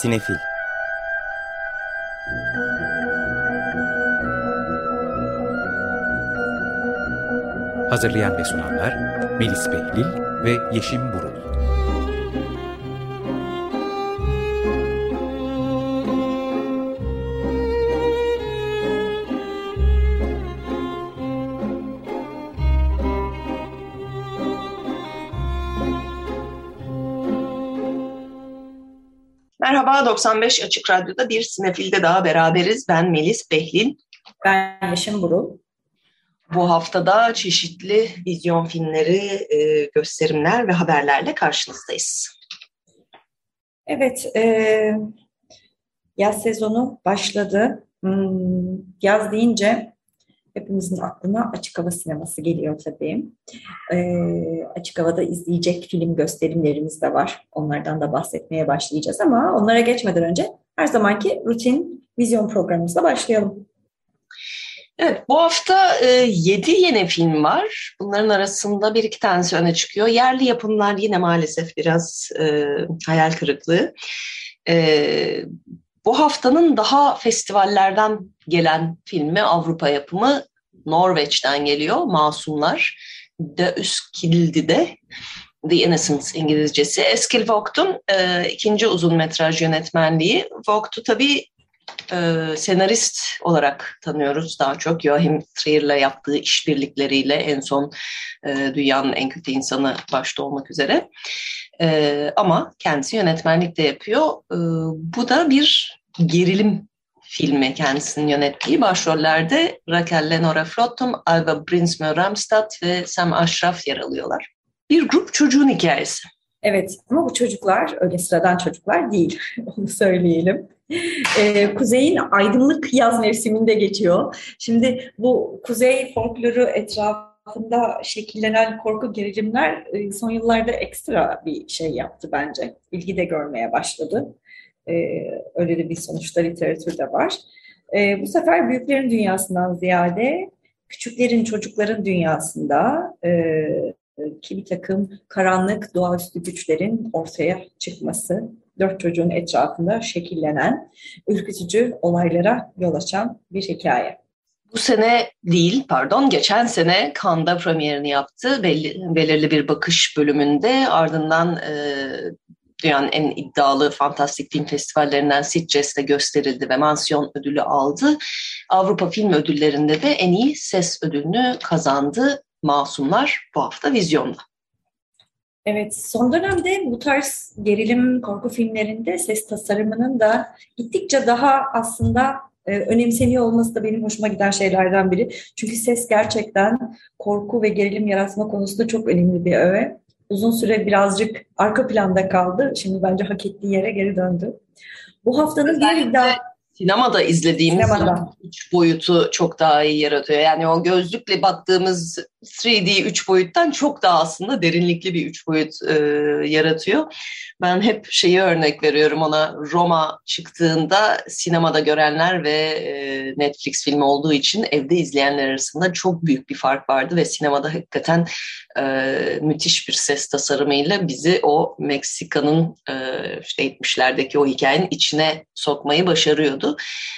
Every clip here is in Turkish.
Sinefil. Hazırlayan ve sunanlar Melis Behlil ve Yeşim Burul. Merhaba, 95 Açık Radyo'da bir Sinefil'de daha beraberiz. Ben Melis Behlil. Ben Yeşim Burul. Bu haftada çeşitli vizyon filmleri, gösterimler ve haberlerle karşınızdayız. Evet, yaz sezonu başladı. Yaz deyince hepimizin aklına açık hava sineması geliyor tabii. Açık havada izleyecek film gösterimlerimiz de var. Onlardan da bahsetmeye başlayacağız ama onlara geçmeden önce her zamanki rutin vizyon programımızla başlayalım. Evet, bu hafta 7 yeni film var. Bunların arasında bir iki tanesi öne çıkıyor. Yerli yapımlar yine maalesef biraz hayal kırıklığı. Bu haftanın daha festivallerden gelen filmi Avrupa yapımı Norveç'ten geliyor. Masumlar. De Üskilde'de The Innocents İngilizcesi. Eskil Vogt'un ikinci uzun metraj yönetmenliği. Vogt'u tabii senarist olarak tanıyoruz daha çok. Joachim Trier'le yaptığı işbirlikleriyle en son Dünyanın En Kötü İnsanı başta olmak üzere. Ama kendisi yönetmenlik de yapıyor. Bu da bir gerilim filmi kendisinin yönettiği. Başrollerde Raquel Leonora Flottum, Alva Brinsmö-Ramstad ve Sam Ashraf yer alıyorlar. Bir grup çocuğun hikayesi. Evet, ama bu çocuklar öyle sıradan çocuklar değil, onu söyleyelim. Kuzey'in aydınlık yaz mevsiminde geçiyor. Şimdi bu Kuzey folkloru etrafında şekillenen korku gerilimler son yıllarda ekstra bir şey yaptı bence. İlgi de görmeye başladı. Öyle de bir sonuçta literatürde var. Bu sefer büyüklerin dünyasından ziyade küçüklerin, çocukların dünyasında ki bir takım karanlık doğaüstü güçlerin ortaya çıkması, 4 çocuğun etrafında şekillenen, ürkütücü olaylara yol açan bir hikaye. Bu sene değil, pardon, geçen sene Cannes'da premierini yaptı. Belirli bir bakış bölümünde, ardından dünyanın en iddialı fantastik film festivallerinden Sitges'te gösterildi ve mansiyon ödülü aldı. Avrupa Film Ödülleri'nde de en iyi ses ödülünü kazandı. Masumlar bu hafta vizyonda. Evet, son dönemde bu tarz gerilim korku filmlerinde ses tasarımının da gittikçe daha aslında önemseniyor olması da benim hoşuma giden şeylerden biri. Çünkü ses gerçekten korku ve gerilim yaratma konusunda çok önemli bir öğe. Uzun süre birazcık arka planda kaldı. Şimdi bence hak ettiği yere geri döndü. Bu haftanın diğer iddia... Sinemada izlediğimiz üç boyutu çok daha iyi yaratıyor. Yani o gözlükle baktığımız 3D 3 boyuttan çok daha aslında derinlikli bir 3 boyut yaratıyor. Ben hep şeyi örnek veriyorum ona, Roma çıktığında sinemada görenler ve Netflix filmi olduğu için evde izleyenler arasında çok büyük bir fark vardı ve sinemada hakikaten müthiş bir ses tasarımıyla bizi o Meksika'nın işte 70'lerdeki o hikayenin içine sokmayı başarıyordu.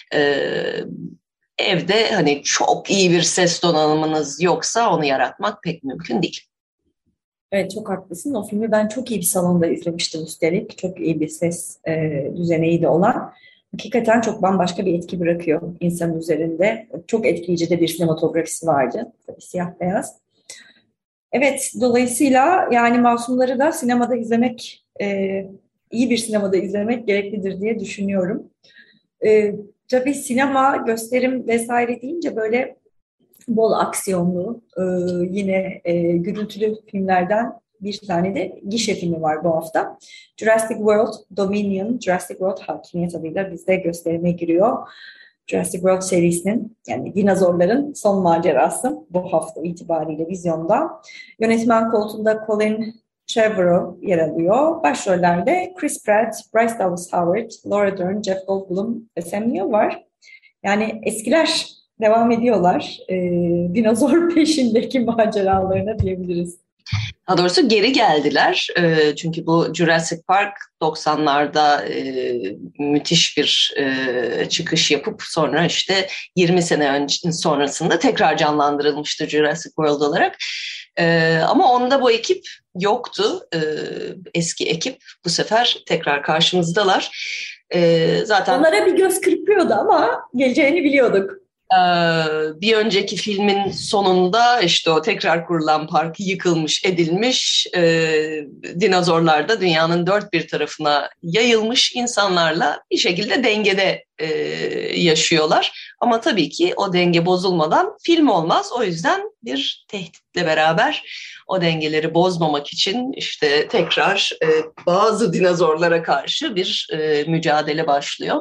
Evde hani çok iyi bir ses donanımınız yoksa onu yaratmak pek mümkün değil. Evet, çok haklısın. O filmi ben çok iyi bir salonda izlemiştim üstelik. Çok iyi bir ses düzeneği de olan. Hakikaten çok bambaşka bir etki bırakıyor insanın üzerinde. Çok etkileyici de bir sinematografisi vardı. Tabii siyah beyaz. Evet, dolayısıyla yani Masumları da sinemada izlemek, iyi bir sinemada izlemek gereklidir diye düşünüyorum. Tabii sinema, gösterim vesaire deyince böyle bol aksiyonlu, yine gürültülü filmlerden bir tane de gişe filmi var bu hafta. Jurassic World Dominion, Jurassic World Hakimiyet adıyla bizde gösterime giriyor. Jurassic World serisinin, yani dinozorların son macerası bu hafta itibariyle vizyonda. Yönetmen koltuğunda Colin Trevorrow yer alıyor. Başrollerde Chris Pratt, Bryce Dallas Howard, Laura Dern, Jeff Goldblum ve Sam Neill var. Yani eskiler devam ediyorlar. Dinozor peşindeki maceralarına diyebiliriz. Daha doğrusu geri geldiler. Çünkü bu Jurassic Park 90'larda müthiş bir çıkış yapıp sonra işte 20 sene önce sonrasında tekrar canlandırılmıştı Jurassic World olarak. Ama onda bu ekip yoktu. Eski ekip bu sefer tekrar karşımızdalar. Zaten onlara bir göz kırpıyordu ama geleceğini biliyorduk. Bir önceki filmin sonunda işte o tekrar kurulan park yıkılmış, edilmiş, dinozorlar da dünyanın dört bir tarafına yayılmış, insanlarla bir şekilde dengede yaşıyorlar. Ama tabii ki o denge bozulmadan film olmaz. O yüzden bir tehditle beraber o dengeleri bozmamak için işte tekrar bazı dinozorlara karşı bir mücadele başlıyor.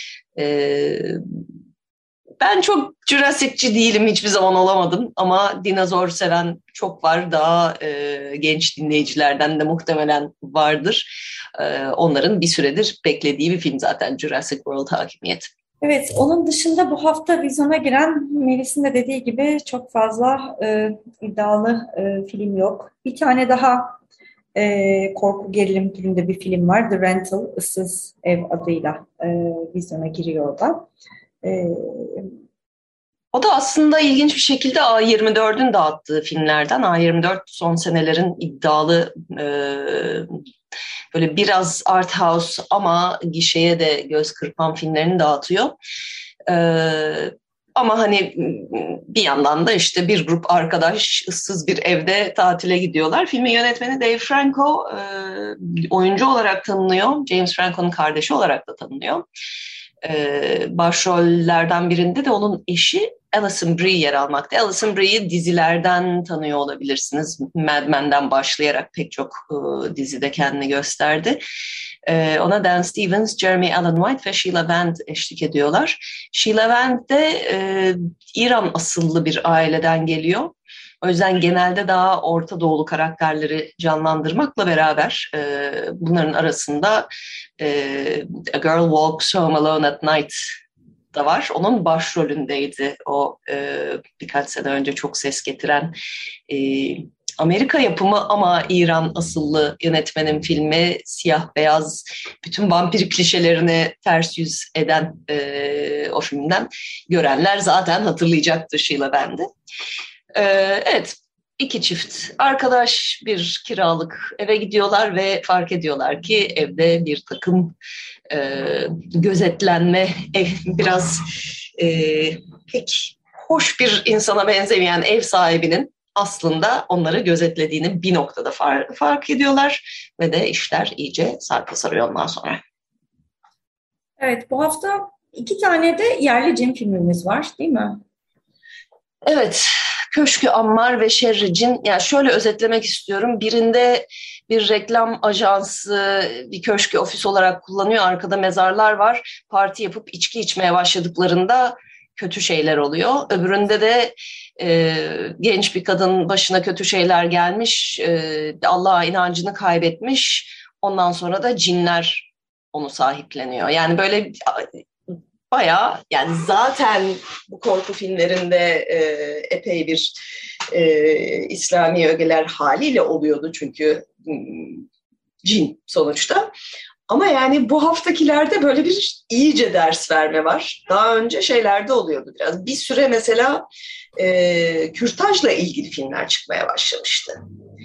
Ben çok Jurassic'ci değilim, hiçbir zaman olamadım ama dinozor seven çok var. Daha genç dinleyicilerden de muhtemelen vardır. Onların bir süredir beklediği bir film zaten Jurassic World Hakimiyet. Evet, onun dışında bu hafta vizyona giren, Melis'in de dediği gibi çok fazla iddialı film yok. Bir tane daha korku gerilim türünde bir film var. The Rental, Issız Ev adıyla vizyona giriyor da. O da aslında ilginç bir şekilde A24'ün dağıttığı filmlerden. A24 son senelerin iddialı böyle biraz art house ama gişeye de göz kırpan filmlerini dağıtıyor. Ama hani bir yandan da işte bir grup arkadaş ıssız bir evde tatile gidiyorlar. Filmin yönetmeni Dave Franco oyuncu olarak tanınıyor. James Franco'nun kardeşi olarak da tanınıyor. Başrollerden birinde de onun eşi Alison Brie yer almakta. Alison Brie'yi dizilerden tanıyor olabilirsiniz. Mad Men'den başlayarak pek çok dizide kendini gösterdi. Ona Dan Stevens, Jeremy Allen White ve Sheila Vand eşlik ediyorlar. Sheila Vand de İran asıllı bir aileden geliyor. O yüzden genelde daha Orta Doğulu karakterleri canlandırmakla beraber bunların arasında A Girl Walks Home Alone at Night da var. Onun başrolündeydi o birkaç sene önce çok ses getiren Amerika yapımı ama İran asıllı yönetmenin filmi, siyah beyaz, bütün vampir klişelerini ters yüz eden o filmden görenler zaten hatırlayacaktır Sheila Band'i. Evet, iki çift arkadaş bir kiralık eve gidiyorlar ve fark ediyorlar ki evde bir takım gözetlenme, biraz pek hoş bir insana benzemeyen ev sahibinin aslında onları gözetlediğini bir noktada fark ediyorlar ve de işler iyice sarpa sarıyor ondan sonra. Evet, bu hafta 2 tane de yerli cin filmimiz var, değil mi? Evet, Köşkü Ammar ve Şerri Cin. Yani şöyle özetlemek istiyorum. Birinde bir reklam ajansı bir köşkü ofis olarak kullanıyor. Arkada mezarlar var. Parti yapıp içki içmeye başladıklarında kötü şeyler oluyor. Öbüründe de genç bir kadın başına kötü şeyler gelmiş. Allah'a inancını kaybetmiş. Ondan sonra da cinler onu sahipleniyor. Yani böyle bayağı, yani zaten bu korku filmlerinde epey bir İslami ögeler haliyle oluyordu çünkü cin sonuçta. Ama yani bu haftakilerde böyle bir iyice ders verme var. Daha önce şeylerde oluyordu biraz. Bir süre mesela kürtajla ilgili filmler çıkmaya başlamıştı.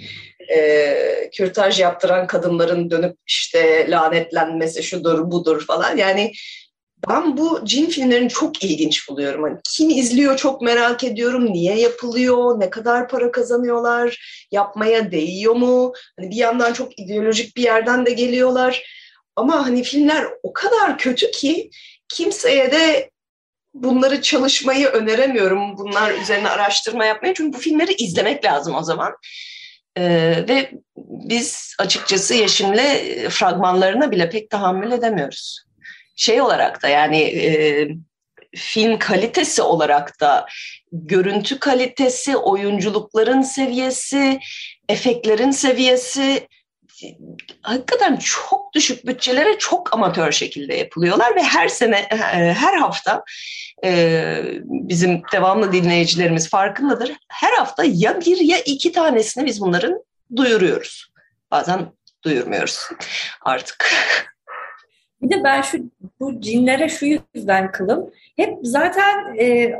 Kürtaj yaptıran kadınların dönüp işte lanetlenmesi şudur budur falan. Yani ben bu cin filmlerini çok ilginç buluyorum. Hani kim izliyor çok merak ediyorum. Niye yapılıyor? Ne kadar para kazanıyorlar? Yapmaya değiyor mu? Hani bir yandan çok ideolojik bir yerden de geliyorlar. Ama hani filmler o kadar kötü ki kimseye de bunları çalışmayı öneremiyorum. Bunlar üzerine araştırma yapmayı. Çünkü bu filmleri izlemek lazım o zaman. Ve biz açıkçası Yeşim'le fragmanlarına bile pek tahammül edemiyoruz. Şey olarak da yani film kalitesi olarak da görüntü kalitesi, oyunculukların seviyesi, efektlerin seviyesi hakikaten çok düşük bütçelere çok amatör şekilde yapılıyorlar ve her sene, her hafta bizim devamlı dinleyicilerimiz farkındadır. Her hafta ya bir ya iki tanesini biz bunların duyuruyoruz. Bazen duyurmuyoruz artık. Bir de ben bu cinlere şu yüzden kılım. Hep zaten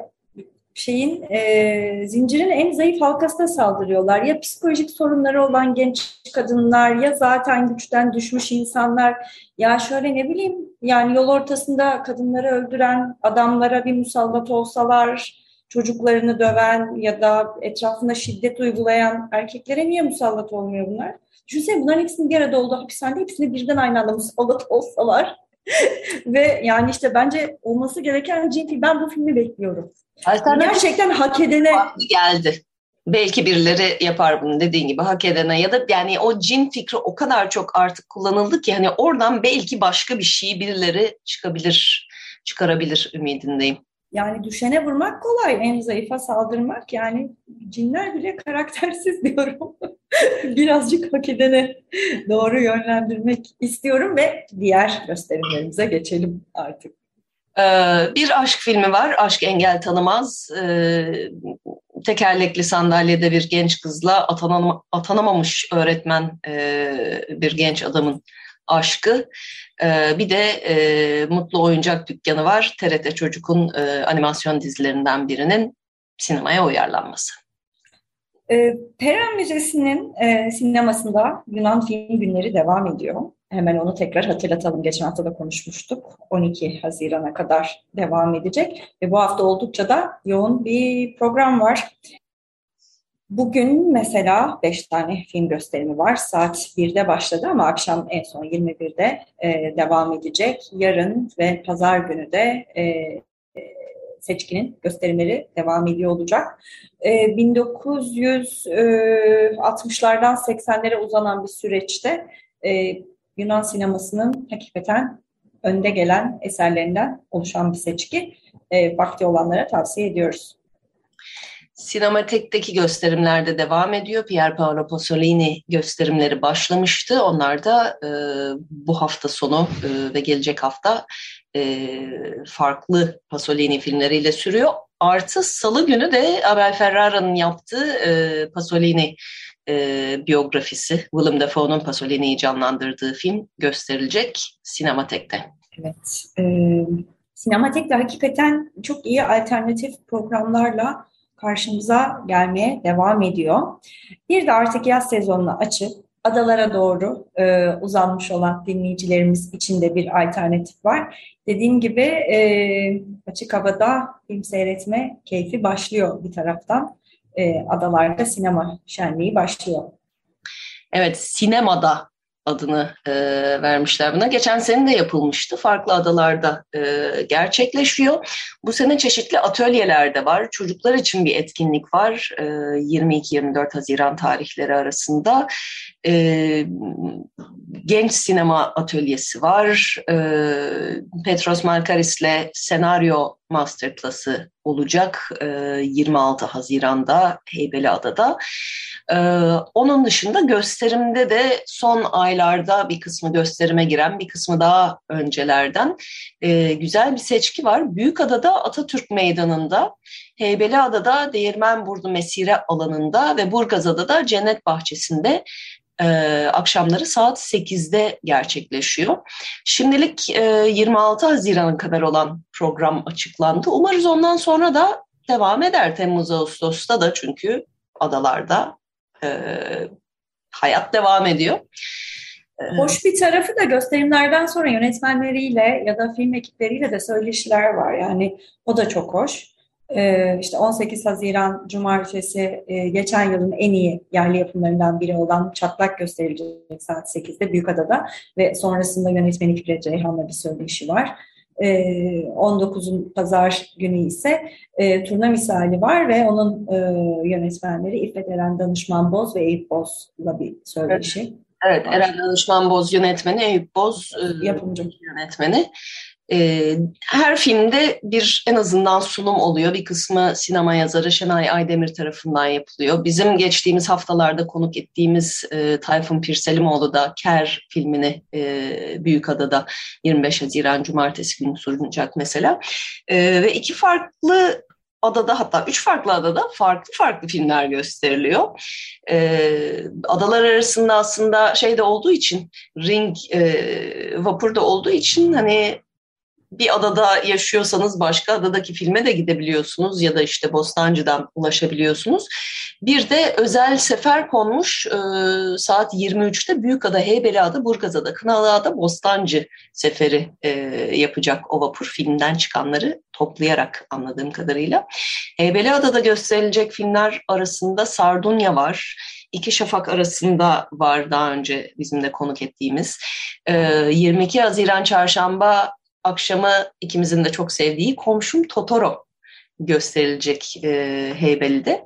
zincirin en zayıf halkasına saldırıyorlar. Ya psikolojik sorunları olan genç kadınlar, ya zaten güçten düşmüş insanlar. Ya şöyle ne bileyim, yani yol ortasında kadınları öldüren adamlara bir musallat olsalar, çocuklarını döven ya da etrafında şiddet uygulayan erkeklere niye musallat olmuyor bunlar? Düşünsene, bunların hepsinin bir arada olduğu hapishanede hepsini birden aynı anda musallat olsalar. Ve yani işte bence olması gereken cin film. Ben bu filmi bekliyorum. Gerçekten hak edene geldi. Belki birileri yapar bunu, dediğin gibi hak edene, ya da yani o cin fikri o kadar çok artık kullanıldı ki hani oradan belki başka bir şeyi birileri çıkarabilir ümidindeyim. Yani düşene vurmak kolay, en zayıfa saldırmak, yani cinler bile karaktersiz diyorum. Birazcık hak edene doğru yönlendirmek istiyorum ve diğer gösterimlerimize geçelim artık. Bir aşk filmi var, Aşk Engel Tanımaz. Tekerlekli sandalyede bir genç kızla atanamamış öğretmen bir genç adamın aşkı. Bir de Mutlu Oyuncak Dükkanı var. TRT Çocuk'un animasyon dizilerinden birinin sinemaya uyarlanması. Pera Müzesi'nin sinemasında Yunan Film Günleri devam ediyor. Hemen onu tekrar hatırlatalım. Geçen hafta da konuşmuştuk. 12 Haziran'a kadar devam edecek. Ve bu hafta oldukça da yoğun bir program var. Bugün mesela 5 tane film gösterimi var. Saat 1'de başladı ama akşam en son 21'de devam edecek. Yarın ve pazar günü de Seçkin'in gösterimleri devam ediyor olacak. 1960'lardan 80'lere uzanan bir süreçte Yunan sinemasının hakikaten önde gelen eserlerinden oluşan bir seçki. Vakti olanlara tavsiye ediyoruz. Sinematek'teki gösterimler de devam ediyor. Pier Paolo Pasolini gösterimleri başlamıştı. Onlar da bu hafta sonu ve gelecek hafta farklı Pasolini filmleriyle sürüyor. Artı Salı günü de Abel Ferrara'nın yaptığı Pasolini biyografisi, Willem Dafoe'nun Pasolini'yi canlandırdığı film gösterilecek Sinematek'te. Evet. Sinematek de hakikaten çok iyi alternatif programlarla karşımıza gelmeye devam ediyor. Bir de artık yaz sezonunu açıp adalara doğru uzanmış olan dinleyicilerimiz için de bir alternatif var. Dediğim gibi açık havada film seyretme keyfi başlıyor bir taraftan. Adalarda sinema şenliği başlıyor. Evet, sinemada adını vermişler buna. Geçen sene de yapılmıştı. Farklı adalarda gerçekleşiyor. Bu sene çeşitli atölyeler de var. Çocuklar için bir etkinlik var. 22-24 Haziran tarihleri arasında. Genç sinema atölyesi var. Petros Markaris'le senaryo masterclass'ı olacak 26 Haziran'da Heybeliada'da. Onun dışında gösterimde de son aylarda bir kısmı gösterime giren, bir kısmı daha öncelerden güzel bir seçki var. Büyükada'da Atatürk Meydanı'nda, Heybeliada'da Değirmenburnu Mesire alanında ve Burgazada'da da Cennet Bahçesi'nde akşamları saat 8'de gerçekleşiyor. Şimdilik 26 Haziran'a kadar olan program açıklandı. Umarız ondan sonra da devam eder Temmuz-Ağustos'ta da, çünkü adalarda hayat devam ediyor. Hoş bir tarafı da gösterimlerden sonra yönetmenleriyle ya da film ekipleriyle de söyleşiler var. Yani o da çok hoş. İşte 18 Haziran Cumartesi geçen yılın en iyi yerli yapımlarından biri olan Çatlak gösterilecek saat 8'de Büyükada'da ve sonrasında yönetmeni Fikret Ceyhan'la bir söyleşi var. 19'un pazar günü ise Turna Misali var ve onun yönetmenleri İffet Eren Danışman Boz ve Eyüp Boz'la bir söyleşi. Evet, Eren Danışman Boz yönetmeni, Eyüp Boz yapımcı yönetmeni. Her filmde bir en azından sunum oluyor. Bir kısmı sinema yazarı Şenay Aydemir tarafından yapılıyor. Bizim geçtiğimiz haftalarda konuk ettiğimiz Tayfun Pirselimoğlu da Ker filmini Büyükada'da 25 Haziran Cumartesi günü sunacak mesela. Ve iki farklı adada, hatta 3 farklı adada farklı farklı filmler gösteriliyor. Adalar arasında aslında şey de olduğu için, ring vapurda olduğu için hani bir adada yaşıyorsanız başka adadaki filme de gidebiliyorsunuz ya da işte Bostancı'dan ulaşabiliyorsunuz. Bir de özel sefer konmuş saat 23'te Büyükada, Heybeliada, Burgazada, Kınalıada, Bostancı seferi yapacak o vapur, filmden çıkanları toplayarak anladığım kadarıyla. Heybeliada'da gösterilecek filmler arasında Sardunya var. İki Şafak arasında var, daha önce bizim de konuk ettiğimiz. 22 Haziran Çarşamba akşamı ikimizin de çok sevdiği Komşum Totoro gösterilecek Heybeli'de.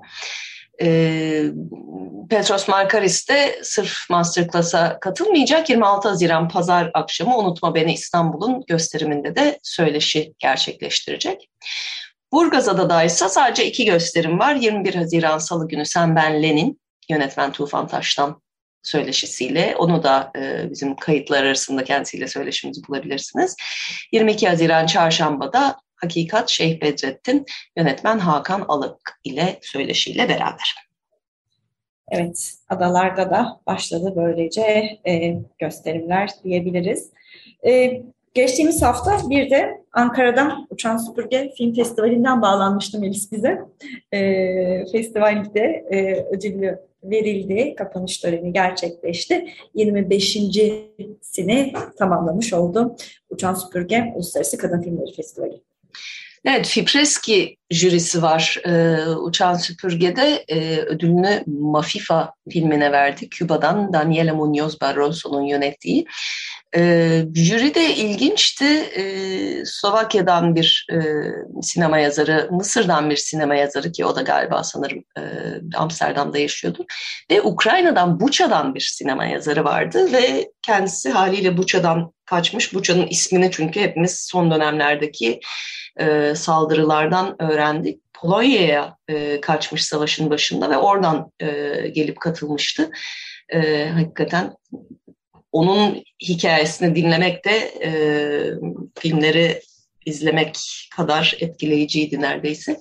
Petros Markaris de sırf Masterclass'a katılmayacak. 26 Haziran Pazar akşamı Unutma Beni İstanbul'un gösteriminde de söyleşi gerçekleştirecek. Burgazada'da ise sadece 2 gösterim var. 21 Haziran Salı günü Sen Ben Lenin, yönetmen Tufan Taş'tan söyleşisiyle. Onu da bizim kayıtlar arasında kendisiyle söyleşimizi bulabilirsiniz. 22 Haziran Çarşamba'da Hakikat Şeyh Bedrettin, yönetmen Hakan Alık ile söyleşiyle beraber. Evet, adalarda da başladı böylece gösterimler diyebiliriz. Geçtiğimiz hafta bir de Ankara'dan Uçan Süpürge Film Festivali'nden bağlanmıştı Melis bize. Festivalde ödülü verildi, kapanış töreni gerçekleşti. 25.sini tamamlamış oldu Uçan Süpürge Uluslararası Kadın Filmleri Festivali. Evet, Fipreski jürisi var. Uçan Süpürge'de ödülünü Mafifa filmine verdi. Küba'dan Daniela Muñoz Barroso'nun yönettiği. Jüri de ilginçti. Slovakya'dan bir sinema yazarı, Mısır'dan bir sinema yazarı ki o da galiba sanırım Amsterdam'da yaşıyordu. Ve Ukrayna'dan, Buça'dan bir sinema yazarı vardı ve kendisi haliyle Buça'dan kaçmış. Buça'nın ismini çünkü hepimiz son dönemlerdeki saldırılardan öğrendik. Polonya'ya kaçmış savaşın başında ve oradan gelip katılmıştı. Hakikaten onun hikayesini dinlemek de filmleri izlemek kadar etkileyiciydi neredeyse.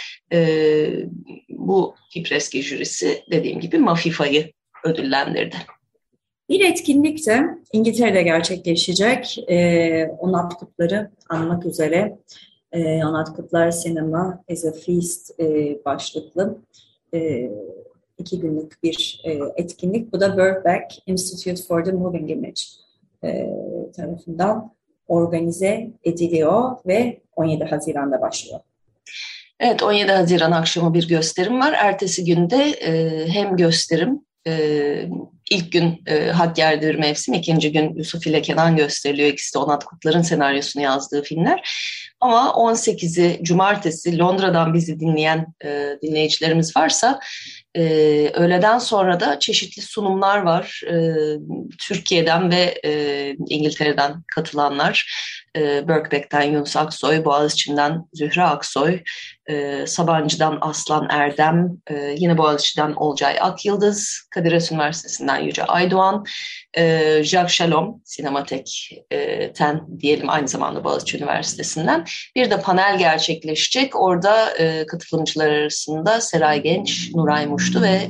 Bu Fipreski jürisi dediğim gibi Mafifa'yı ödüllendirdi. Bir etkinlik de İngiltere'de gerçekleşecek. Onat Kutlar'ı anmak üzere. Onat Kutlar Cinema as a Feast başlıklı 2 günlük bir etkinlik. Bu da Birkbeck Institute for the Moving Image tarafından organize ediliyor ve 17 Haziran'da başlıyor. Evet, 17 Haziran akşamı bir gösterim var. Ertesi günde hem gösterim, ilk gün Hakkari'dir Mevsim, ikinci gün Yusuf ile Kenan gösteriliyor. İkisi de Onat Kutlar'ın senaryosunu yazdığı filmler. Ama 18'i Cumartesi Londra'dan bizi dinleyen dinleyicilerimiz varsa öğleden sonra da çeşitli sunumlar var. Türkiye'den ve İngiltere'den katılanlar. Birkbeck'ten Yunus Aksoy, Boğaziçi'nden Zühre Aksoy, Sabancı'dan Aslan Erdem, yine Boğaziçi'den Olcay Akyıldız, Kadir Has Üniversitesi'nden Yüce Aydoğan, Jacques Shalom, Sinematek'ten diyelim, aynı zamanda Boğaziçi Üniversitesi'nden. Bir de panel gerçekleşecek. Orada katılımcılar arasında Seray Genç, Nuray Muştu ve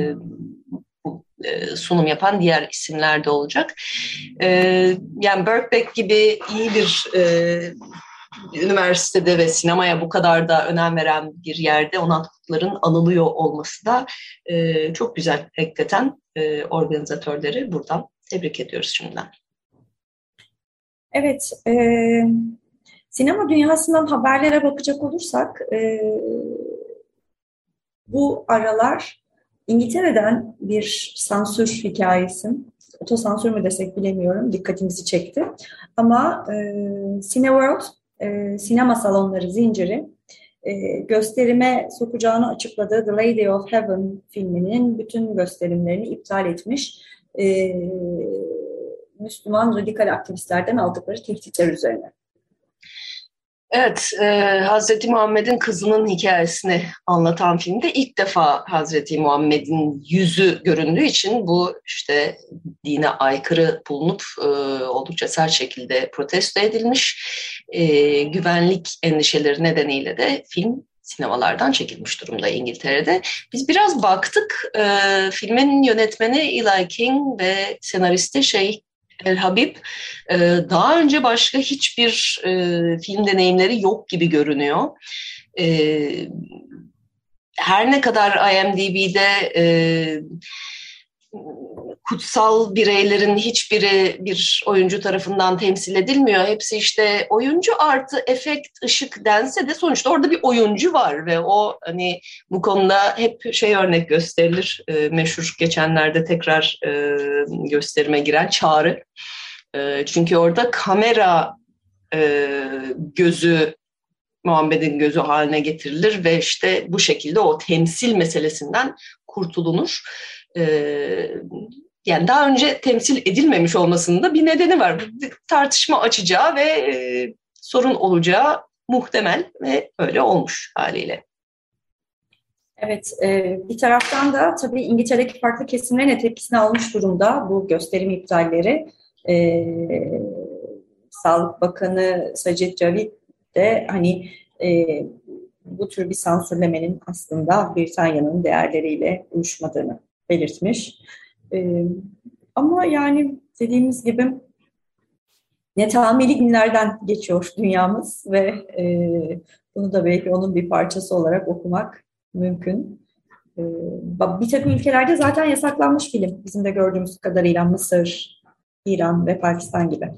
sunum yapan diğer isimler de olacak. Yani Birkbeck gibi iyi bir üniversitede ve sinemaya bu kadar da önem veren bir yerde Onat Kutlar'ın anılıyor olması da çok güzel. Hakikaten organizatörleri buradan tebrik ediyoruz şimdiden. Evet, sinema dünyasından haberlere bakacak olursak bu aralar İngiltere'den bir sansür hikayesi, otosansür mü desek bilemiyorum, dikkatimizi çekti. Ama Cineworld, sinema salonları zinciri gösterime sokacağını açıkladığı The Lady of Heaven filminin bütün gösterimlerini iptal etmiş. Müslüman radikal aktivistlerden aldıkları tehditler üzerine. Evet, Hazreti Muhammed'in kızının hikayesini anlatan filmde ilk defa Hazreti Muhammed'in yüzü göründüğü için bu işte dine aykırı bulunup oldukça sert şekilde protesto edilmiş. Güvenlik endişeleri nedeniyle de film sinemalardan çekilmiş durumda İngiltere'de. Biz biraz baktık. Filmin yönetmeni Eli King ve senaristi El Habib daha önce başka hiçbir film deneyimleri yok gibi görünüyor. Her ne kadar IMDb'de kutsal bireylerin hiçbiri bir oyuncu tarafından temsil edilmiyor. Hepsi işte oyuncu artı efekt, ışık dense de sonuçta orada bir oyuncu var ve o hani bu konuda hep örnek gösterilir. Meşhur geçenlerde tekrar gösterime giren Çağrı. Çünkü orada kamera gözü Muhammed'in gözü haline getirilir ve işte bu şekilde o temsil meselesinden kurtulunur. Yani daha önce temsil edilmemiş olmasının da bir nedeni var. Tartışma açacağı ve sorun olacağı muhtemel ve öyle olmuş haliyle. Evet, bir taraftan da tabii İngiltere'deki farklı kesimlerin tepkisini almış durumda bu gösterim iptalleri. Sağlık Bakanı Sajid Javid de hani bu tür bir sansürlemenin aslında Britanya'nın değerleriyle uyuşmadığını belirtmiş. Ama yani dediğimiz gibi netameli günlerden geçiyor dünyamız ve bunu da belki onun bir parçası olarak okumak mümkün. Bir takım ülkelerde zaten yasaklanmış film. Bizim de gördüğümüz kadarıyla Mısır, İran ve Pakistan gibi.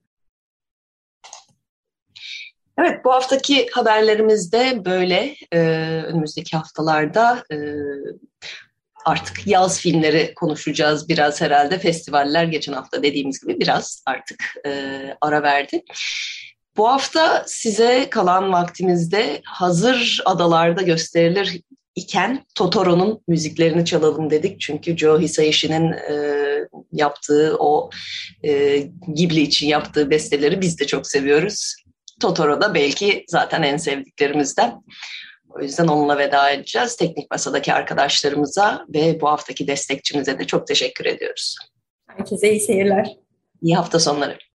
Evet, bu haftaki haberlerimiz de böyle. Önümüzdeki haftalarda artık yaz filmleri konuşacağız biraz herhalde. Festivaller geçen hafta dediğimiz gibi biraz artık ara verdi. Bu hafta size kalan vaktimizde hazır adalarda gösterilir iken Totoro'nun müziklerini çalalım dedik. Çünkü Joe Hisaishi'nin yaptığı o Ghibli için yaptığı besteleri biz de çok seviyoruz. Totoro da belki zaten en sevdiklerimizden. O yüzden onunla veda edeceğiz. Teknik Masa'daki arkadaşlarımıza ve bu haftaki destekçimize de çok teşekkür ediyoruz. Herkese iyi seyirler. İyi hafta sonları.